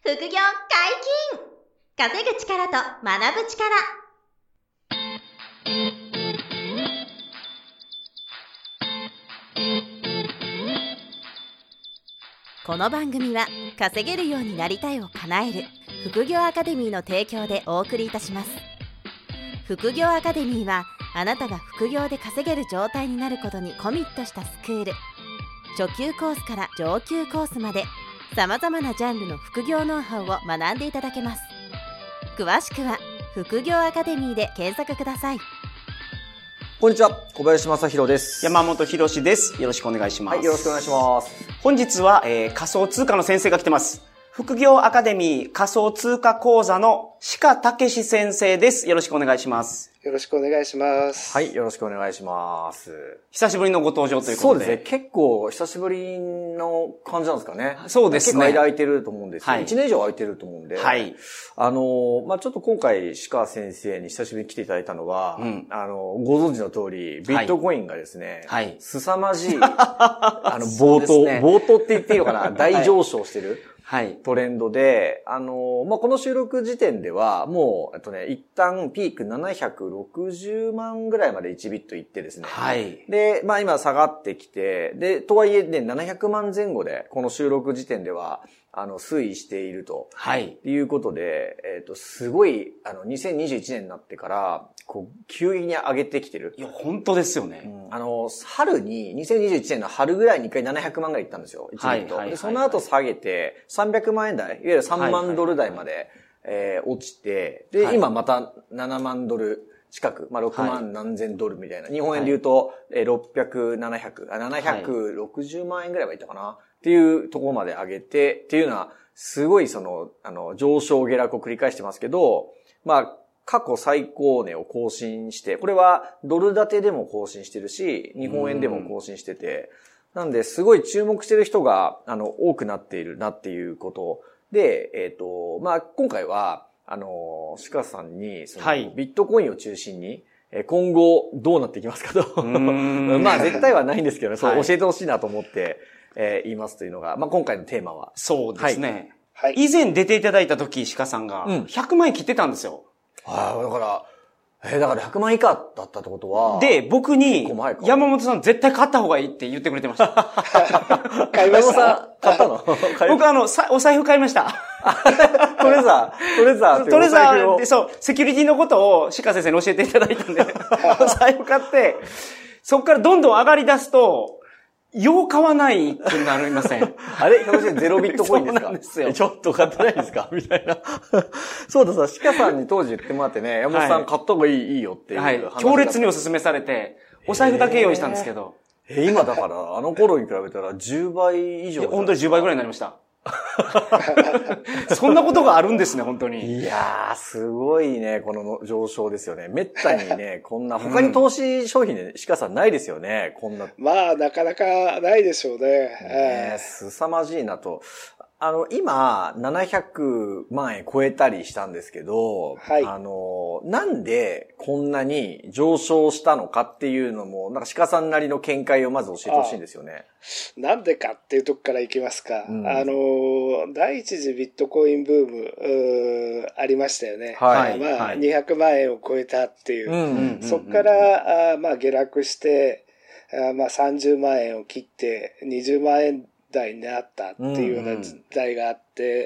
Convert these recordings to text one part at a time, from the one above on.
副業解禁！稼ぐ力と学ぶ力。この番組は稼げるようになりたいを叶える副業アカデミーの提供でお送りいたします。副業アカデミーはあなたが副業で稼げる状態になることにコミットしたスクール。初級コースから上級コースまでさまざまなジャンルの副業ノウハウを学んでいただけます。詳しくは副業アカデミーで検索ください。 こんにちは、小林正弘です。 山本博史です。よろしくお願いします。 はい、よろしくお願いします。 本日は、仮想通貨の先生が来てます。副業アカデミー仮想通貨講座の鹿武史先生です。よろしくお願いします。 よろしくお願いします。 はい、よろしくお願いします。 久しぶりのご登場ということで。 そうですね、結構久しぶりの感じなんですかね。 そうですね。 結構間空いてると思うんですよ。 はい、 1年以上空いてると思うんで。 はい。 ちょっと今回鹿先生に久しぶりに来ていただいたのは、ご存知の通り、ビットコインがですね、 はい。 凄まじい、冒頭って言っていいのかな、大上昇してる。はい。トレンドで、この収録時点では、もう、一旦ピーク760万ぐらいまで1ビットいってですね。 はい。 で、今下がってきて、で、とはいえね、700万前後で、この収録時点では、推移していると。 はい。 いうことで、すごい、2021年になってから、急激に上げてきてる。 いや、本当ですよね。 春に、2021年の春ぐらいに1回700万ぐらいいったんですよ。1ビット。で、その後下げて、300万円台、いわゆる3万ドル台まで、落ちて、で、今また7万ドル近く、6万何千ドルみたいな。日本円で言うと、760万円ぐらいはいったかな。っていうところまで上げて、っていうのは、すごい上昇下落を繰り返してますけど、過去最高値を更新して、これはドル建てでも更新してるし、日本円でも更新してて、なんで、すごい注目してる人が、多くなっているなっていうことで、今回は、鹿さんに、ビットコインを中心に、今後どうなっていきますかと。絶対はないんですけどね、そう教えてほしいなと思って、言いますというのが、今回のテーマは。 そうですね。 はい。 以前出ていただいた時、鹿さんが、100万円切ってたんですよ。 だから100万以下だったってことは。 で、僕に、山本さん絶対買った方がいいって言ってくれてました。 買いました。 山本さん、買ったの僕お財布買いました。 トレザーで、そう、セキュリティのことを鹿先生に教えていただいたんで、お財布買って、そこからどんどん上がり出すと、よう買わないくなりません。 あれひょっとしてゼロビットコインですか？ そうなんですよ。 ちょっと買ってないですかみたいな。そうださ、鹿さんに当時言ってもらってね、山本さん買った方がいいよっていう話。 はい。強烈にお勧めされて、お財布だけ用意したんですけど。 今だから、あの頃に比べたら10倍以上。 本当に10倍ぐらいになりました。そんなことがあるんですね、本当に。 いやー、すごいね、この上昇ですよね。めったにね、こんな、他に投資商品で鹿さんないですよね、こんな。 なかなかないでしょうね。 凄まじいなと。今、700万円超えたりしたんですけど、 はい。 なんでこんなに上昇したのかっていうのも、なんか鹿さんなりの見解をまず教えてほしいんですよね。 なんでかっていうとこからいきますか。第一次ビットコインブーム、ありましたよね。 はい。 200万円を超えたっていう。そこから、下落して、30万円を切って20万円台になったっていうような時代があって、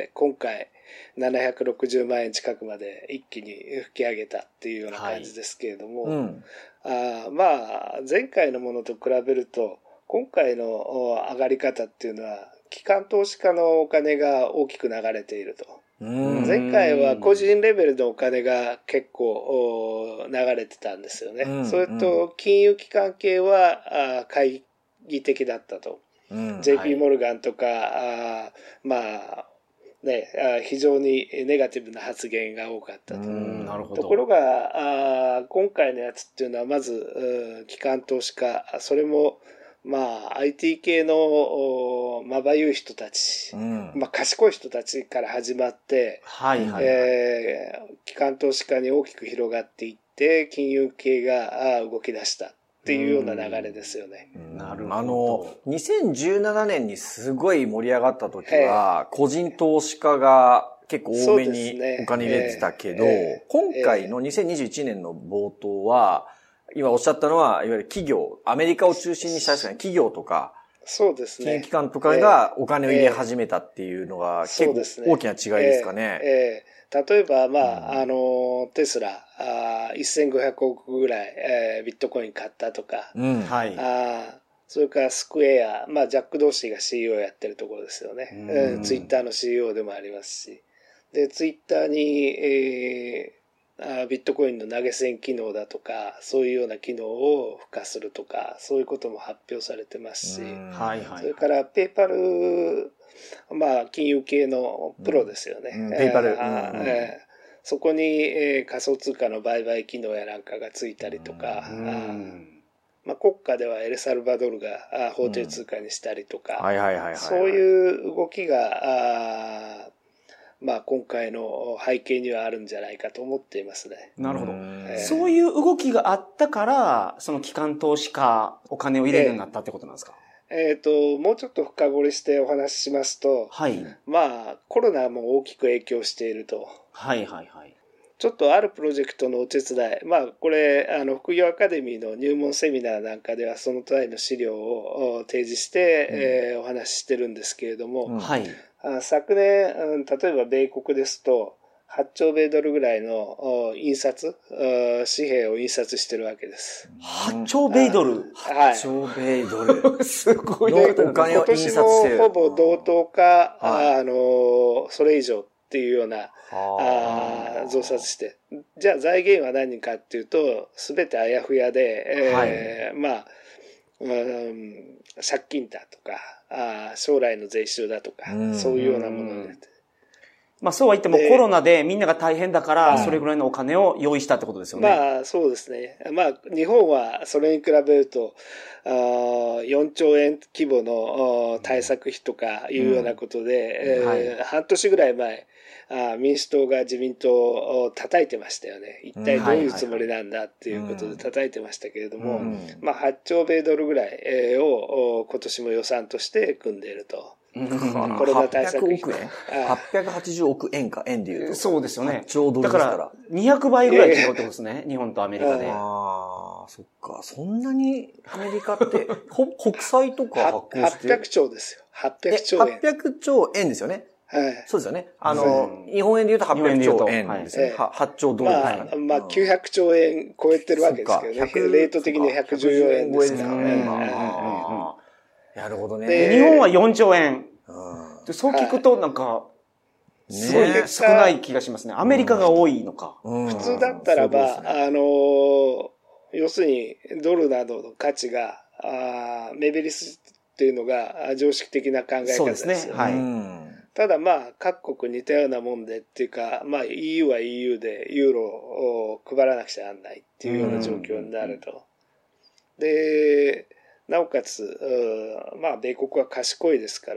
今回760万円近くまで一気に吹き上げたっていうような感じですけれども、前回のものと比べると今回の上がり方っていうのは機関投資家のお金が大きく流れていると。前回は個人レベルのお金が結構流れてたんですよね。それと金融機関系は懐疑的だったと。JP モルガンとか、非常にネガティブな発言が多かったと。 なるほど。 ところが、今回のやつっていうのはまず、機関投資家、それも、IT 系のまばゆい人たち、賢い人たちから始まって、機関投資家に大きく広がっていって、金融系が動き出した。 っていうような流れですよね。 なるほど。 2017年にすごい盛り上がった時は、個人投資家が結構多めにお金入れてたけど、今回の2021年の冒頭は、今おっしゃったのは、いわゆる企業、アメリカを中心にした企業とか、 そうですね。 金融機関とかがお金を入れ始めたっていうのが結構大きな違いですかね。 例えば、テスラ、1500億ぐらい、ビットコイン買ったとか、 はい。 それからスクエア、ジャック・ドーシーが CEO やってるところですよね。ツイッターの CEO でもありますし。で、ツイッターに、ビットコインの投げ銭機能だとか、そういうような機能を付加するとか、そういうことも発表されてますし、それからペイパル、金融系のプロですよね。 ペイパル。 そこに、仮想通貨の売買機能やなんかがついたりとか、国家ではエルサルバドルが法定通貨にしたりとか、そういう動きが、今回の背景にはあるんじゃないかと思っていますね。 なるほど。そういう動きがあったから、その機関投資家、お金を入れるようになったってことなんですか？ もうちょっと深掘りしてお話ししますと、 はい。 コロナも大きく影響していると。 はい。 ちょっとあるプロジェクトのお手伝い、これ、副業アカデミーの入門セミナーなんかではその単位の資料を提示して、お話ししてるんですけれども、 はい。 昨年、例えば米国ですと、8兆米ドルぐらいの印刷、紙幣を印刷してるわけです。 8兆米ドル。 はい。 8兆米ドル。 すごい。 お金を印刷してる。 今年もほぼ同等か、それ以上っていうような、増刷して。じゃあ財源は何かっていうと、すべてあやふやで、借金だとか、将来の税収だとか、そういうようなものになって。 そうは言ってもコロナでみんなが大変だから、それぐらいのお金を用意したってことですよね。 そうですね。日本はそれに比べると、4兆円規模の対策費とかいうようなことで、半年ぐらい前、民主党が自民党を叩いてましたよね。一体どういうつもりなんだっていうことで叩いてましたけれども、8兆米ドルぐらいを今年も予算として組んでいると。コロナ対策費。 880億円か、円でいうと。 そうですよね。 8兆ドルですから。 だから200倍ぐらい違うってことですね。日本とアメリカで。 そっか。そんなにアメリカって、国債とか発行してる 800兆ですよ。800兆円。 800兆円ですよね。 はい。 そうですよね。日本円で言うと800兆円ですね。8兆ドルですかね。 900兆円超えてるわけですけどね。レート的に114円ですからね。 なるほどね。 日本は4兆円。そう聞くとなんか、すごい少ない気がしますね。アメリカが多いのか。 普通だったらば、要するにドルなどの価値が、目減りするっていうのが常識的な考え方ですよね。そうですね。はい。ただ各国似たようなもんでっていうか、EU は EU でユーロを配らなくちゃならないっていうような状況になると。で、なおかつ、米国は賢いですから、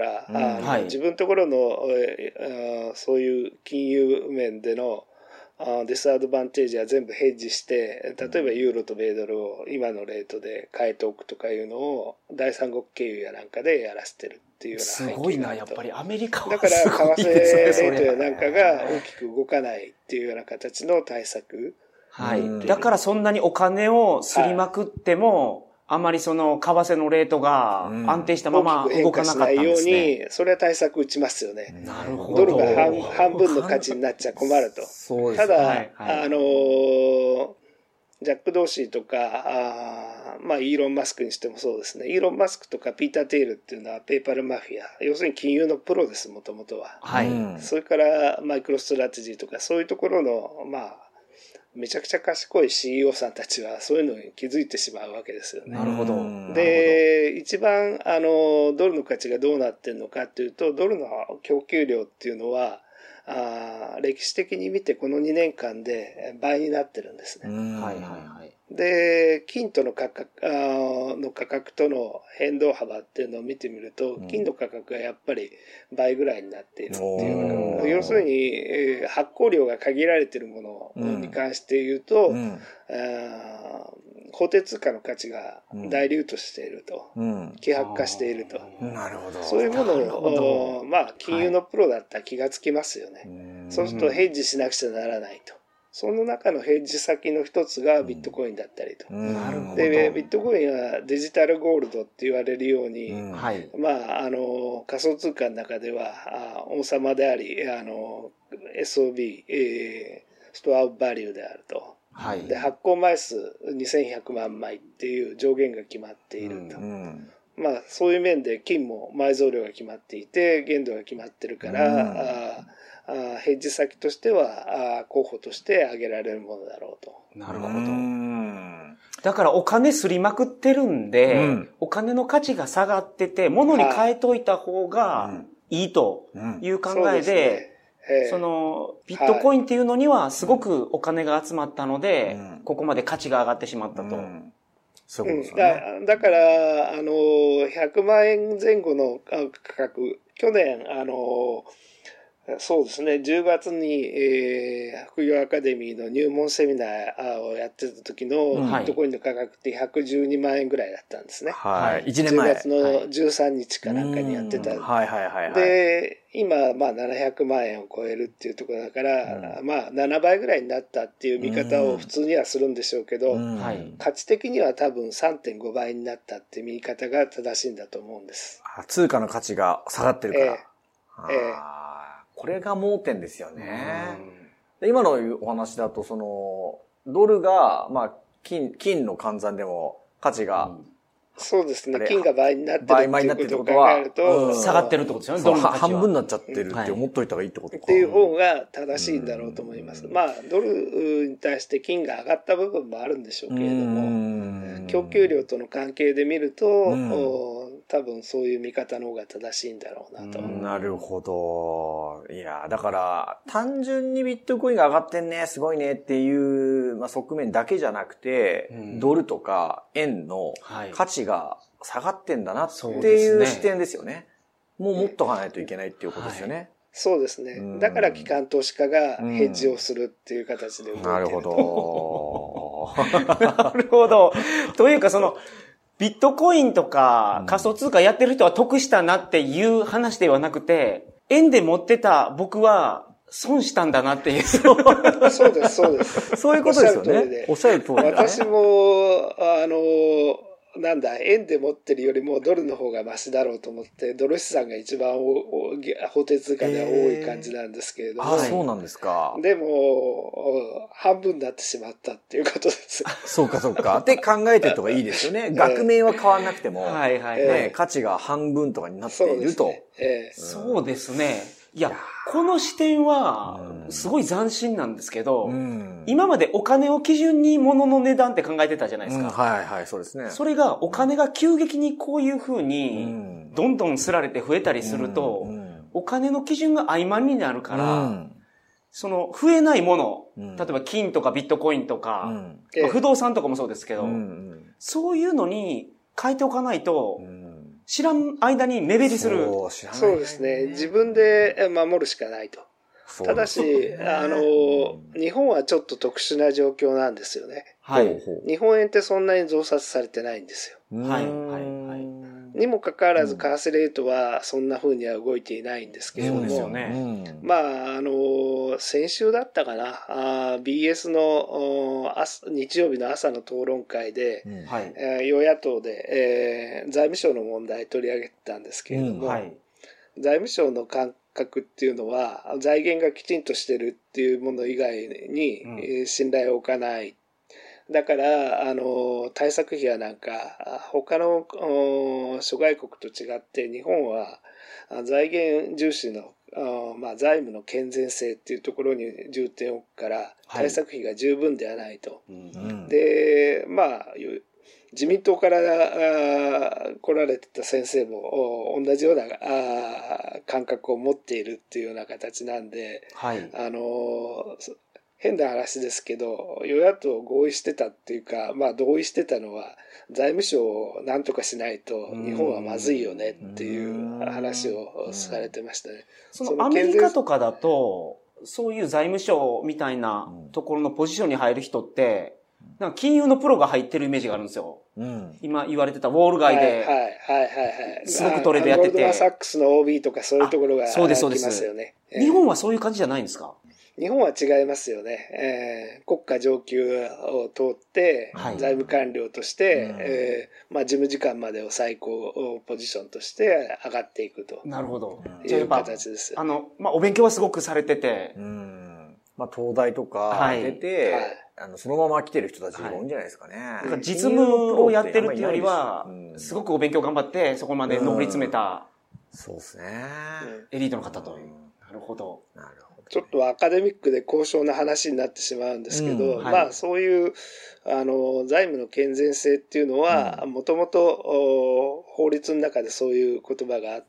自分のところの、そういう金融面でのディスアドバンテージは全部ヘッジして、例えばユーロと米ドルを今のレートで変えておくとかいうのを第三国経由やなんかでやらせてるっていうような背景があると。 すごいな、やっぱりアメリカはだから為替レートやなんかが大きく動かないっていうような形の対策。 はい。だからそんなにお金をすりまくっても、あまりその為替のレートが安定したまま動かなかったんですね。 ように、それは対策打ちますよね。 なるほど。 ドルが半分の価値になっちゃ困ると。 そうですね。 ただ、ジャック・ドーシーとか、イーロン・マスクにしてもそうですね。イーロン・マスクとかピーター・テイルっていうのはペイパルマフィア。要するに金融のプロです、もともとは。 はい。 それからマイクロストラテジーとかそういうところの、めちゃくちゃ賢い CEO さんたちはそういうのに気づいてしまうわけですよね。 なるほど。 で、一番ドルの価値がどうなってるのかっていうと、ドルの供給量っていうのは、歴史的に見てこの2年間で倍になってるんですね。で、金との価格との変動幅っていうのを見てみると、金の価格がやっぱり倍ぐらいになっているっていうのが、要するに、発行量が限られているものに関して言うと、 法定通貨の価値が大流としていると。希薄化していると。 なるほど。 そういうものを、まあ、金融のプロだったら気がつきますよね。そうするとヘッジしなくちゃならないと。その中のヘッジ先の一つがビットコインだったりと。で、ビットコインはデジタルゴールドって言われるように、まあ、仮想通貨の中では、王様であり、SOB、ストアオブバリューであると。で、発行枚数2100万枚っていう上限が決まっていると。まあ、そういう面で金も埋蔵量が決まっていて、限度が決まってるから、ヘッジ先としては候補として挙げられるものだろうと。 なるほど。だからお金すりまくってるんで、お金の価値が下がってて、物に変えといた方がいいという考えで、そのビットコインっていうのにはすごくお金が集まったので、ここまで価値が上がってしまったと。 そういうことですね。 だから、100万円前後の価格、去年、そうですね、10月に、副業アカデミーの入門セミナーをやってた時のビットコインの価格って112万円ぐらいだったんですね。 はい。1年前。 10月の13日かなんかにやってた。で、今、まあ700万円を超えるっていうところだから、まあ7倍ぐらいになったっていう見方を普通にはするんでしょうけど、価値的には多分 3.5 倍になったっていう見方が正しいんだと思うんです。 通貨の価値が下がってるから。これが盲点ですよね。今のお話だと、ドルが、まあ、金の換算でも価値が、 そうですね。金が倍になってるっていうことを考えると、 下がってるってことですよね。ドルの価値は半分になっちゃってるって思っといた方がいいってことか。 っていう方が正しいんだろうと思います。まあ、ドルに対して金が上がった部分もあるんでしょうけれども、供給量との関係で見ると、多分そういう見方の方が正しいんだろうなと。 なるほど。いや、だから、単純にビットコインが上がってんね、すごいねっていう、まあ、側面だけじゃなくて、ドルとか円の価値が下がってんだなっていう視点ですよね。もう持っとかないといけないっていうことですよね。 そうですね。だから機関投資家がヘッジをするっていう形で動いてる。 なるほど。 なるほど。というかビットコインとか仮想通貨やってる人は得したなっていう話ではなくて、円で持ってた僕は損したんだなっていう。 そうです、そうです。 そういうことですよね。おっしゃる通りで。 私も、円で持ってるよりもドルの方がマシだろうと思って、ドル資産が一番法定通貨では多い感じなんですけれども。 そうなんですか。 でも、半分になってしまったっていうことです。 そうかそうか。って考えてるとかいいですよね。額面は変わんなくても、価値が半分とかになっていると。 そうですね。いや、この視点は、すごい斬新なんですけど、今までお金を基準に物の値段って考えてたじゃないですか。 はいはい、そうですね。 それがお金が急激にこういう風に、どんどんすられて増えたりすると、お金の基準が曖昧になるから、増えないもの、例えば金とかビットコインとか、不動産とかもそうですけど、そういうのに変えておかないと、知らん間に目減りする。 そうですね。自分で守るしかないと。ただし、日本はちょっと特殊な状況なんですよね。 はい。 日本円ってそんなに増刷されてないんですよ。 はい。はい。 にもかかわらず、為替レートはそんな風には動いていないんですけれども。そうですよね。まあ、先週だったかな。BS の日曜日の朝の討論会で、与野党で、財務省の問題取り上げてたんですけれども、財務省の感覚っていうのは、財源がきちんとしてるっていうもの以外に信頼を置かない。だから、対策費はなんか、他の諸外国と違って、日本は財源重視の、財務の健全性っていうところに重点を置くから、対策費が十分ではないと。で、自民党から来られてた先生も同じような感覚を持っているっていうような形なんで、変な話ですけど、与野党合意してたっていうか、同意してたのは、財務省を何とかしないと日本はまずいよねっていう話をされてましたね。 アメリカとかだと、そういう財務省みたいなところのポジションに入る人って、 なんか金融のプロが入ってるイメージがあるんですよ。 うん、 今言われてたウォール街で。すごくトレードやってて。 ゴールドマンサックスの OB とかそういうところが来ますよね。 日本はそういう感じじゃないんですか？ 日本は違いますよね。国家上級を通って、財務官僚として、まあ事務次官までを最高ポジションとして上がっていくと。 なるほど。 いう形です。 まあお勉強はすごくされてて。 まあ東大とか出て、そのまま来てる人たちが多いんじゃないですかね。 実務をやってるっていうよりは、すごくお勉強頑張って、そこまで上り詰めた。 そうですね。 エリートの方と。なるほど。 ちょっとアカデミックで高尚な話になってしまうんですけど、まあそういう財務の健全性っていうのは、もともと法律の中でそういう言葉があって、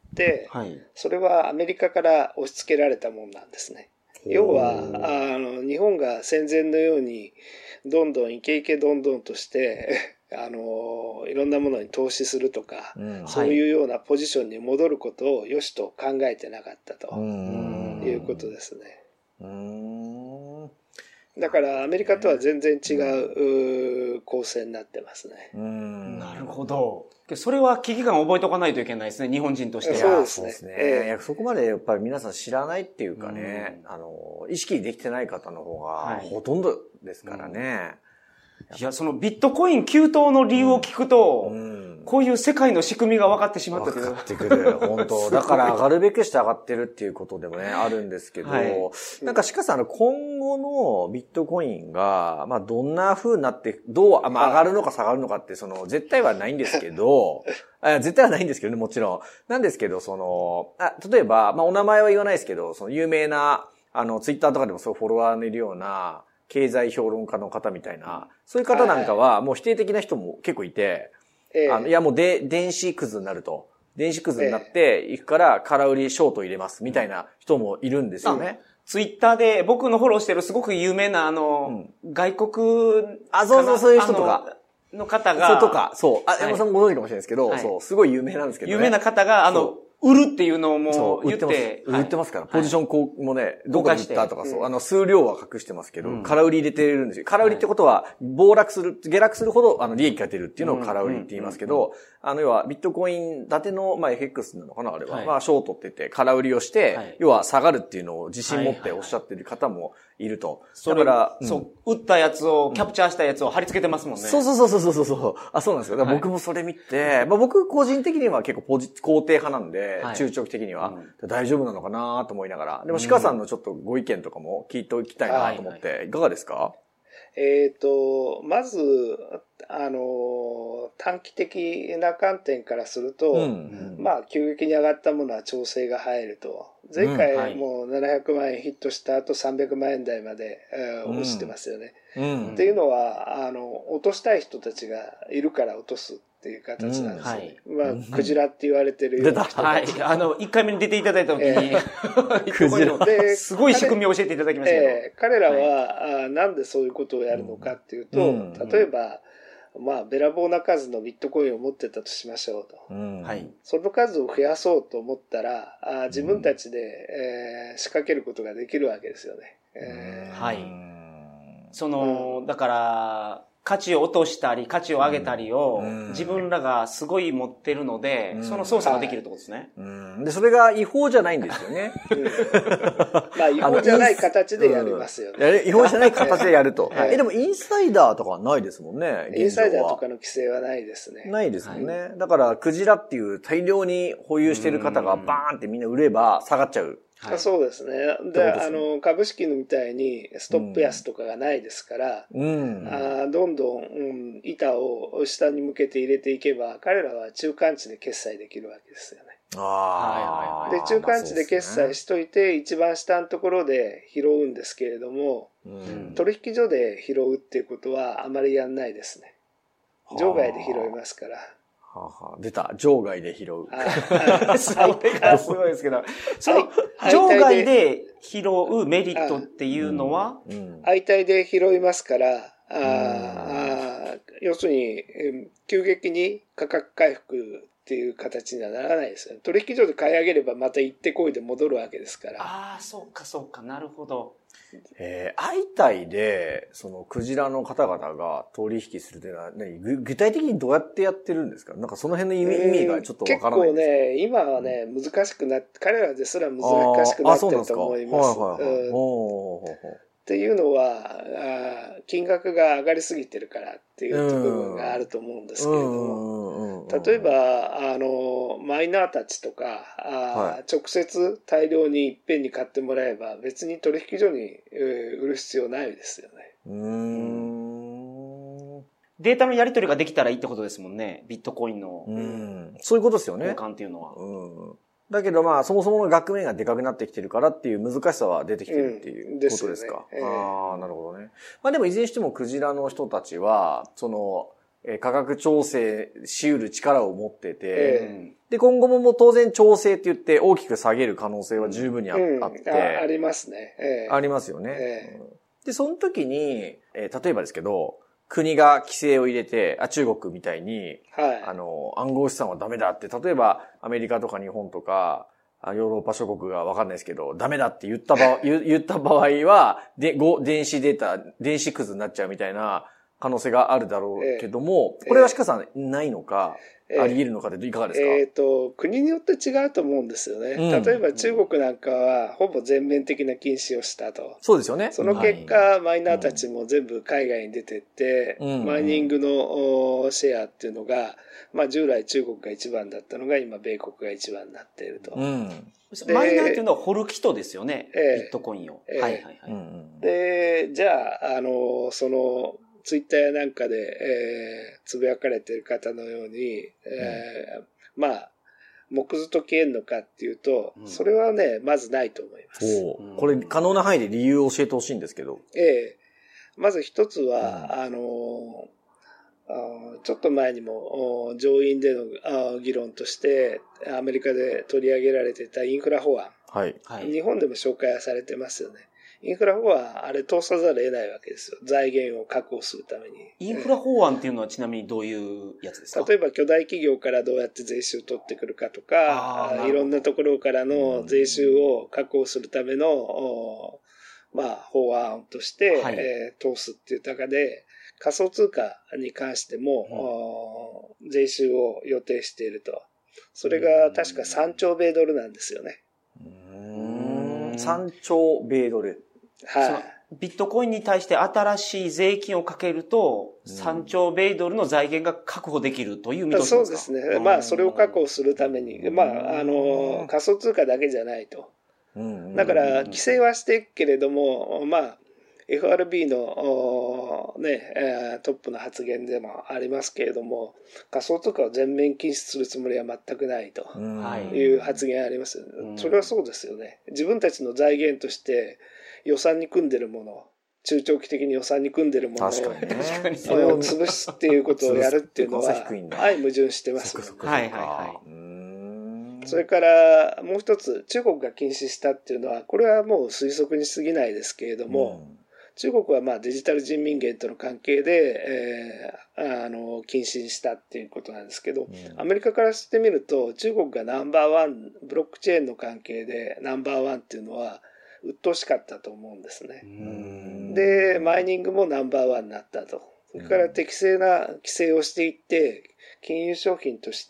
それはアメリカから押し付けられたものなんですね。要は日本が戦前のようにどんどんイケイケどんどんとしていろんなものに投資するとか、そういうようなポジションに戻ることを良しと考えてなかったということですね。だからアメリカとは全然違う構成になってますね。 なるほど。それは危機感を覚えておかないといけないですね、日本人としては。 そうですね。そこまでやっぱり皆さん知らないっていうかね、意識できてない方の方がほとんどですからね。 いや、そのビットコイン急騰の理由を聞くと、こういう世界の仕組みが分かってしまった分かってくる。本当だから上がるべくして上がってるっていうことでもね、あるんですけど、なんかしかし今後のビットコインが、まあどんな風になって、上がるのか下がるのかって、絶対はないんですけど、絶対はないんですけどね、もちろん。なんですけど、例えば、まあお名前は言わないですけど、有名な、ツイッターとかでもそうフォロワーのいるような、経済評論家の方みたいな、そういう方なんかはもう否定的な人も結構いて、いやもう電子クズになると。電子クズになっていくから空売りショート入れますみたいな人もいるんですよね。 ツイッターで僕のフォローしてるすごく有名な外国、 そういう人とか。 の方が。 そうとか、そう。山さんもご存知かもしれないですけど、そう、すごい有名なんですけどね。 有名な方が、売るっていうのをもう言って。 売ってますから。ポジションもね、どこに行ったとかそう。数量は隠してますけど、空売り入れてるんですよ。空売りってことは、下落するほど、利益が出るっていうのを空売りって言いますけど、要は、ビットコイン建ての、まあ、FX なのかな、あれは。まあ、ショートって言って、空売りをして、要は下がるっていうのを自信持っておっしゃってる方もいると。 だから、売ったやつを、キャプチャーしたやつを貼り付けてますもんね。 そう。そうなんですよ。だから僕もそれ見て、まあ僕個人的には結構肯定派なんで、中長期的には、大丈夫なのかなと思いながら。でも鹿さんのちょっとご意見とかも聞いておきたいなと思って、いかがですか？ まず、短期的な観点からすると、まあ、急激に上がったものは調整が入ると。前回も700万円ヒットした後300万円台まで、落ちてますよね。っていうのは、落としたい人たちがいるから落とすっていう形なんですよね。まあ、クジラって言われてるような人たち。 1回目に出ていただいた時に、クジラすごい仕組みを教えていただきましたけど。 彼らは、なんでそういうことをやるのかっていうと、例えば、まあ、べらぼうな数のビットコインを持ってたとしましょうと。その数を増やそうと思ったら、自分たちで、仕掛けることができるわけですよね。 だから、価値を落としたり、価値を上げたりを、自分らがすごい持ってるので、その操作ができるってことですね。 で、それが違法じゃないんですよね。 まあ、違法じゃない形でやりますよね。 違法じゃない形でやると。でも、インサイダーとかはないですもんね。 インサイダーとかの規制はないですね。 ないですもんね。だから、クジラっていう大量に保有している方がバーンってみんな売れば下がっちゃう。 そうですね。で、株式みたいにストップ安とかがないですから、どんどん、板を下に向けて入れていけば、彼らは中間値で決済できるわけですよね。で、中間値で決済しといて、一番下のところで拾うんですけれども、取引所で拾うっていうことはあまりやんないですね。場外で拾いますから。 出た。場外で拾う。 それがすごいですけど。場外で拾うメリットっていうのは相対で拾いますから、要するに、急激に価格回復っていう形にはならないですよね。取引所で買い上げればまた行ってこいで戻るわけですから。 そうか、なるほど。 相対で、そのクジラの方々が取引するというのは具体的にどうやってやってるんですか？なんかその辺の意味がちょっとわからないんですけど。 結構ね、今はね、難しくなって、彼らですら難しくなってると思います。っていうのは、金額が上がりすぎてるからっていう部分があると思うんですけれども、例えば、マイナーたちとか、直接大量にいっぺんに買ってもらえば別に取引所に売る必要ないですよね。 データのやり取りができたらいいってことですもんね。ビットコインの。 そういうことですよね。 交換っていうのは。 だけどまあ、そもそもの額面がでかくなってきてるからっていう難しさは出てきてるっていうことですか。ああ、なるほどね。まあでもいずれにしてもクジラの人たちは、その、価格調整し得る力を持ってて、で、今後も当然調整って言って大きく下げる可能性は十分にあって。 ありますね。 ありますよね。で、その時に、例えばですけど、国が規制を入れて、中国みたいに、暗号資産はダメだって、例えばアメリカとか日本とか、ヨーロッパ諸国がわかんないですけど、ダメだって言った場合は、電子データ、電子くずになっちゃうみたいな可能性があるだろうけども、これはしかさんないのか、あり得るのかっていかがですか？ 国によって違うと思うんですよね。例えば中国なんかはほぼ全面的な禁止をしたと。 そうですよね。 その結果、マイナーたちも全部海外に出てって、マイニングのシェアっていうのが、まあ従来中国が一番だったのが今米国が一番になっていると。 マイナーっていうのは掘る人ですよね。ビットコインを。 で、じゃあ、その、ツイッターやなんかで、つぶやかれている方のように、まあ、木図と消えんのかっていうと、それはね、まずないと思います。 これ可能な範囲で理由を教えてほしいんですけど。 まず一つは、ちょっと前にも上院での議論としてアメリカで取り上げられていたインフラ法案。日本でも紹介されてますよね。インフラ法案、あれ通さざるを得ないわけですよ。財源を確保するために。 インフラ法案っていうのはちなみにどういうやつですか？ 例えば巨大企業からどうやって税収を取ってくるかとか、いろんなところからの税収を確保するための、まあ、法案として、通すっていう中で、仮想通貨に関しても、税収を予定していると。それが確か3兆米ドルなんですよね。 3兆米ドル。 ビットコインに対して新しい税金をかけると、3兆米ドルの財源が確保できるという見通しですか？ そうですね。まあ、それを確保するために、まあ、仮想通貨だけじゃないと。だから、規制はしていくけれども、まあ、FRB の、トップの発言でもありますけれども、仮想通貨を全面禁止するつもりは全くないという発言あります。それはそうですよね。自分たちの財源として予算に組んでるもの、中長期的に予算に組んでるものを、それを潰すっていうことをやるっていうのは、相矛盾してます。それからもう一つ、中国が禁止したっていうのは、これはもう推測に過ぎないですけれども、中国はまあデジタル人民元との関係で、禁止したっていうことなんですけど、アメリカからしてみると、中国がナンバーワン、ブロックチェーンの関係でナンバーワンっていうのは、鬱陶しかったと思うんですね。で、マイニングもナンバーワンになったと。それから適正な規制をしていって、金融商品として、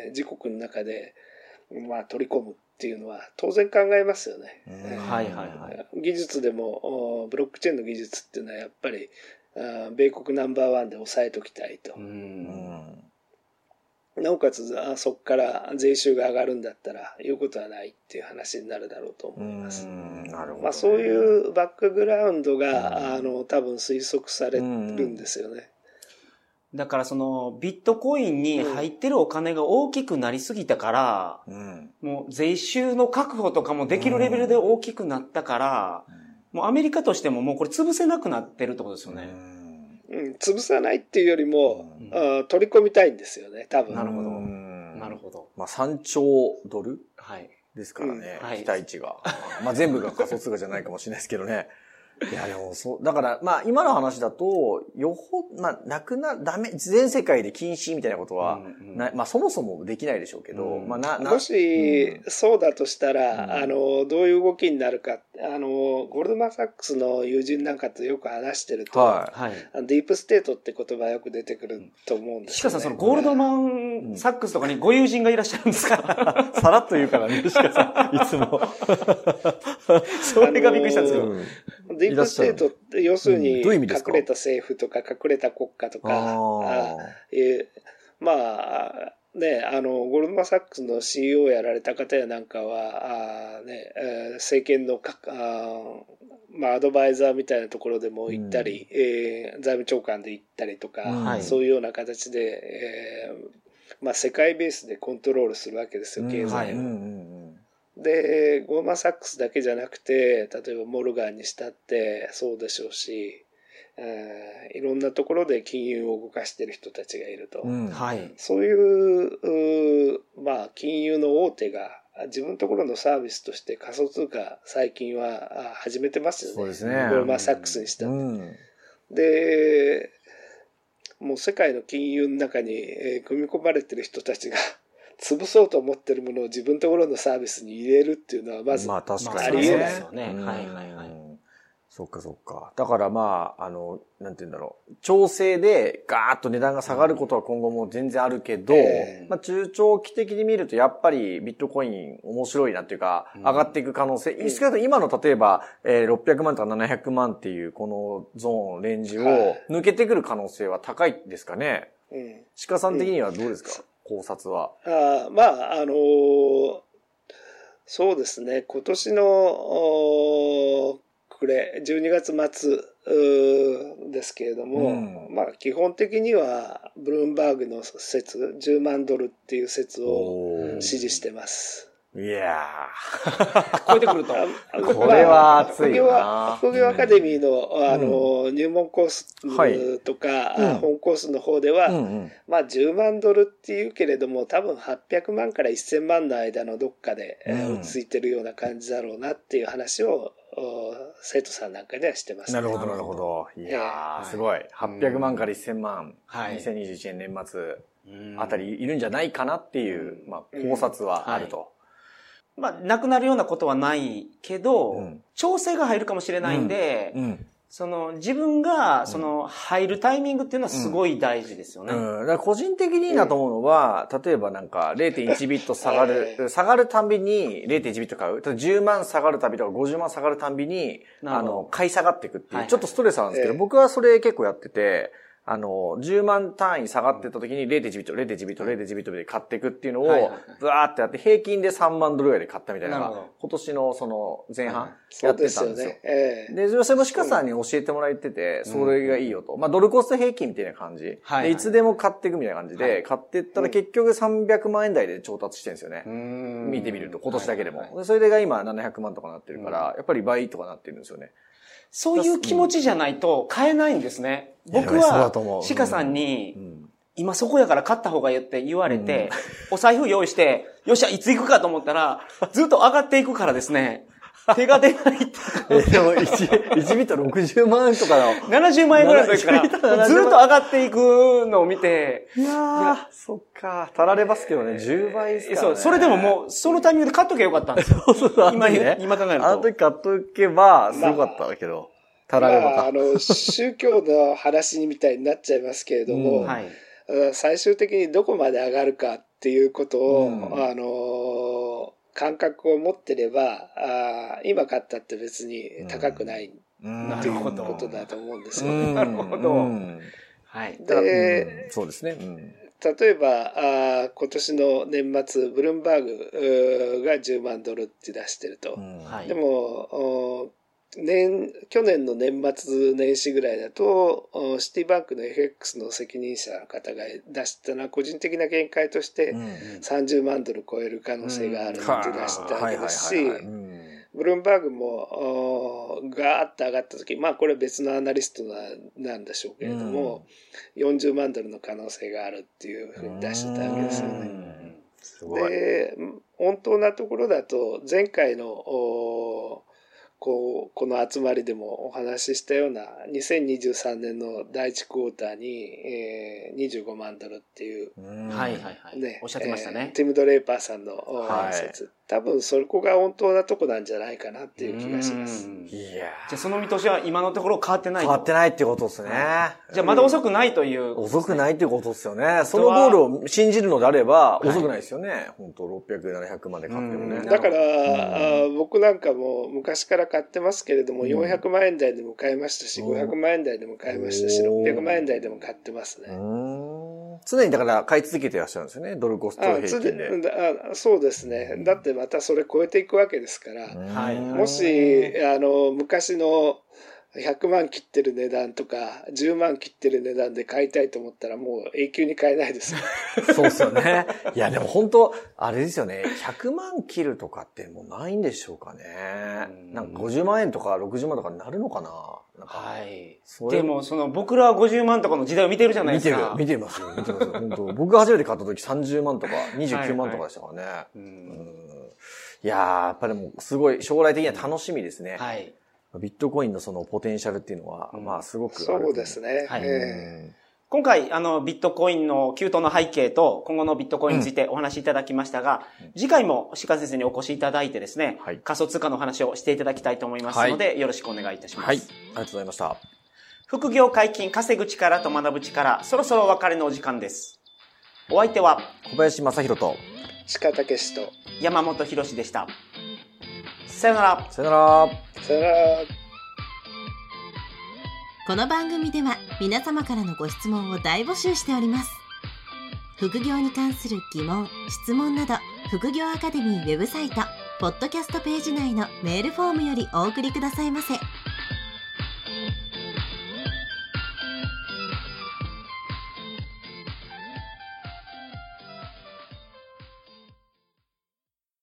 自国の中で、まあ、取り込むっていうのは当然考えますよね。技術でも、ブロックチェーンの技術っていうのはやっぱり、米国ナンバーワンで抑えときたいと。なおかつ、そこから税収が上がるんだったら、言うことはないっていう話になるだろうと思います。まあ、そういうバックグラウンドが、多分推測されるんですよね。 だからそのビットコインに入ってるお金が大きくなりすぎたから、もう税収の確保とかもできるレベルで大きくなったから、もうアメリカとしてももうこれ潰せなくなってるってことですよね。 潰さないっていうよりも、取り込みたいんですよね、多分。 なるほど。なるほど。 まあ3兆ドルですからね、期待値が。まあ全部が仮想通貨じゃないかもしれないですけどね。 いや、でもそう、だから、まあ今の話だと、まあダメ、全世界で禁止みたいなことは、まあそもそもできないでしょうけど、まあもし、そうだとしたら、どういう動きになるか、ゴールドマン・サックスの友人なんかとよく話してると、ディープステートって言葉がよく出てくると思うんですよね。 鹿さん、そのゴールドマン・サックスとかにご友人がいらっしゃるんですか？ さらっと言うからね、鹿さん、いつも。 それがびっくりしたんですけど。 ディープステートって、要するに、隠れた政府とか隠れた国家とか、まあ、ね、ゴールドマン・サックスの CEO をやられた方やなんかは、政権のまあ、アドバイザーみたいなところでも行ったり、財務長官で行ったりとか、そういうような形で、まあ、世界ベースでコントロールするわけですよ、経済を。で、ゴールドマン・サックスだけじゃなくて、例えばモルガンにしたってそうでしょうし、いろんなところで金融を動かしている人たちがいると。そういう、まあ、金融の大手が自分のところのサービスとして仮想通貨最近は始めてますよね。 そうですね。 ゴールドマン・サックスにしたって。で、もう世界の金融の中に組み込まれている人たちが潰そうと思ってるものを自分のところのサービスに入れるっていうのはまずありえない。 そっかそっか。だからまあ、なんて言うんだろう。調整でガーッと値段が下がることは今後も全然あるけど、まあ中長期的に見るとやっぱりビットコイン面白いなっていうか、上がっていく可能性。少なくとも今の例えば、600万とか700万っていうこのゾーン、レンジを抜けてくる可能性は高いですかね。鹿さん的にはどうですか、考察は。 まあ、そうですね。今年の、12月末ですけれども、まあ基本的にはブルームバーグの説、10万ドルっていう説を支持してます。 いやー。超えてくると。 これは熱いな。 副業アカデミーの、入門コースとか、本コースの方では、まあ10万ドルっていうけれども、多分800万から1000万の間のどっかで落ち着いてるような感じだろうなっていう話を、生徒さんなんかではしてます、 ね。なるほど、なるほど。いやー、すごい。800万から1000万、2021年年末あたりいるんじゃないかなっていう、まあ、考察はあると。 まあ、なくなるようなことはないけど、調整が入るかもしれないんで、自分が、入るタイミングっていうのはすごい大事ですよね。 だから個人的にいいなと思うのは、例えばなんか 0.1 ビット下がるたんびに 0.1 ビット買う。10万下がるたびとか50万下がるたんびに、買い下がっていくっていう、ちょっとストレスあるんですけど、僕はそれ結構やってて、10万単位下がってた時に 0.1 ビット、0.1 ビット、0.1ビットで買っていくっていうのを、ブワーってやって、平均で3万ドルぐらいで買ったみたいなのが、今年のその前半やってたんですよ。で、それも鹿さんに教えてもらってて、それがいいよと。まあ、ドルコスト平均みたいな感じ。で、いつでも買っていくみたいな感じで、買っていったら結局300万円台で調達してるんですよね。見てみると、今年だけでも。それが今700万とかなってるから、やっぱり倍とかなってるんですよね。 そういう気持ちじゃないと買えないんですね。僕は、鹿さんに、今そこやから買った方がいいって言われて、お財布用意して、よっしゃ、いつ行くかと思ったら、ずっと上がっていくからですね、手が出ないって。 でも1ビット60万とかの。 70万円ぐらいの時から、ずっと上がっていくのを見て。 いやー、そっか。足られますけどね、10倍ですからね。 それでももう、そのタイミングで買っとけばよかったんですよ。今考えると。 あの時買っとけば、すごかったんだけど。足らればか。 宗教の話みたいになっちゃいますけれども、最終的にどこまで上がるかっていうことを、感覚を持ってれば、今買ったって別に高くないっていうことだと思うんですよね。 なるほど。 はい。で、 そうですね。 例えば、今年の年末、ブルームバーグが10万ドルって出してると。でも、去年の年末年始ぐらいだと、シティバンクの FX の責任者の方が出したのは個人的な見解として30万ドル超える可能性があるって出したわけですし、ブルームバーグもガーッと上がった時、まあこれ別のアナリストなんでしょうけれども、40万ドルの可能性があるっていうふうに出してたわけですよね。で、本当なところだと前回のこの集まりでもお話ししたような2023年の第1クォーターに、25万ドルっていう、 はいはいはい、ね、おっしゃってましたね。 ティム・ドレイパーさんの説、多分そこが本当なとこなんじゃないかなっていう気がします。 いやじゃあその見通しは今のところ変わってないと。 変わってないってことですね。 じゃあまだ遅くないという、 遅くないってことですよね。そのゴールを信じるのであれば遅くないですよね。本当600、700万で買ってもね。 だから、僕なんかも昔から買ってますけれども、400万円台でも買いましたし、500万円台でも買いましたし、600万円台でも買ってますね。 常にだから買い続けていらっしゃるんですよね。ドルコスト平均で。 そうですね。だってまたそれ超えていくわけですから、もし、昔の100万切ってる値段とか、10万切ってる値段で買いたいと思ったらもう永久に買えないですよ。 そうですよね。いやでも本当、あれですよね。100万切るとかってもうないんでしょうかね。なんか50万円とか60万とかになるのかな。 はい。でも僕らは50万とかの時代を見てるじゃないですか。 見てますよ。本当僕が初めて買った時30万とか29万とかでしたからね。いやー、やっぱりもうすごい将来的には楽しみですね。はい。ビットコインのそのポテンシャルっていうのは、まあすごくある。 そうですね。はい。 今回、ビットコインの急騰の背景と、今後のビットコインについてお話しいただきましたが、次回も鹿先生にお越しいただいてですね、仮想通貨の話をしていただきたいと思いますので、よろしくお願いいたします。はい。ありがとうございました。 副業解禁、稼ぐ力と学ぶ力、そろそろお別れのお時間です。お相手は、 小林正宏と、 鹿武史と、 山本博史でした。さよなら。 さよなら。 さよなら。 この番組では皆様からのご質問を大募集しております。副業に関する疑問、質問など、副業アカデミーウェブサイト、ポッドキャストページ内のメールフォームよりお送りくださいませ。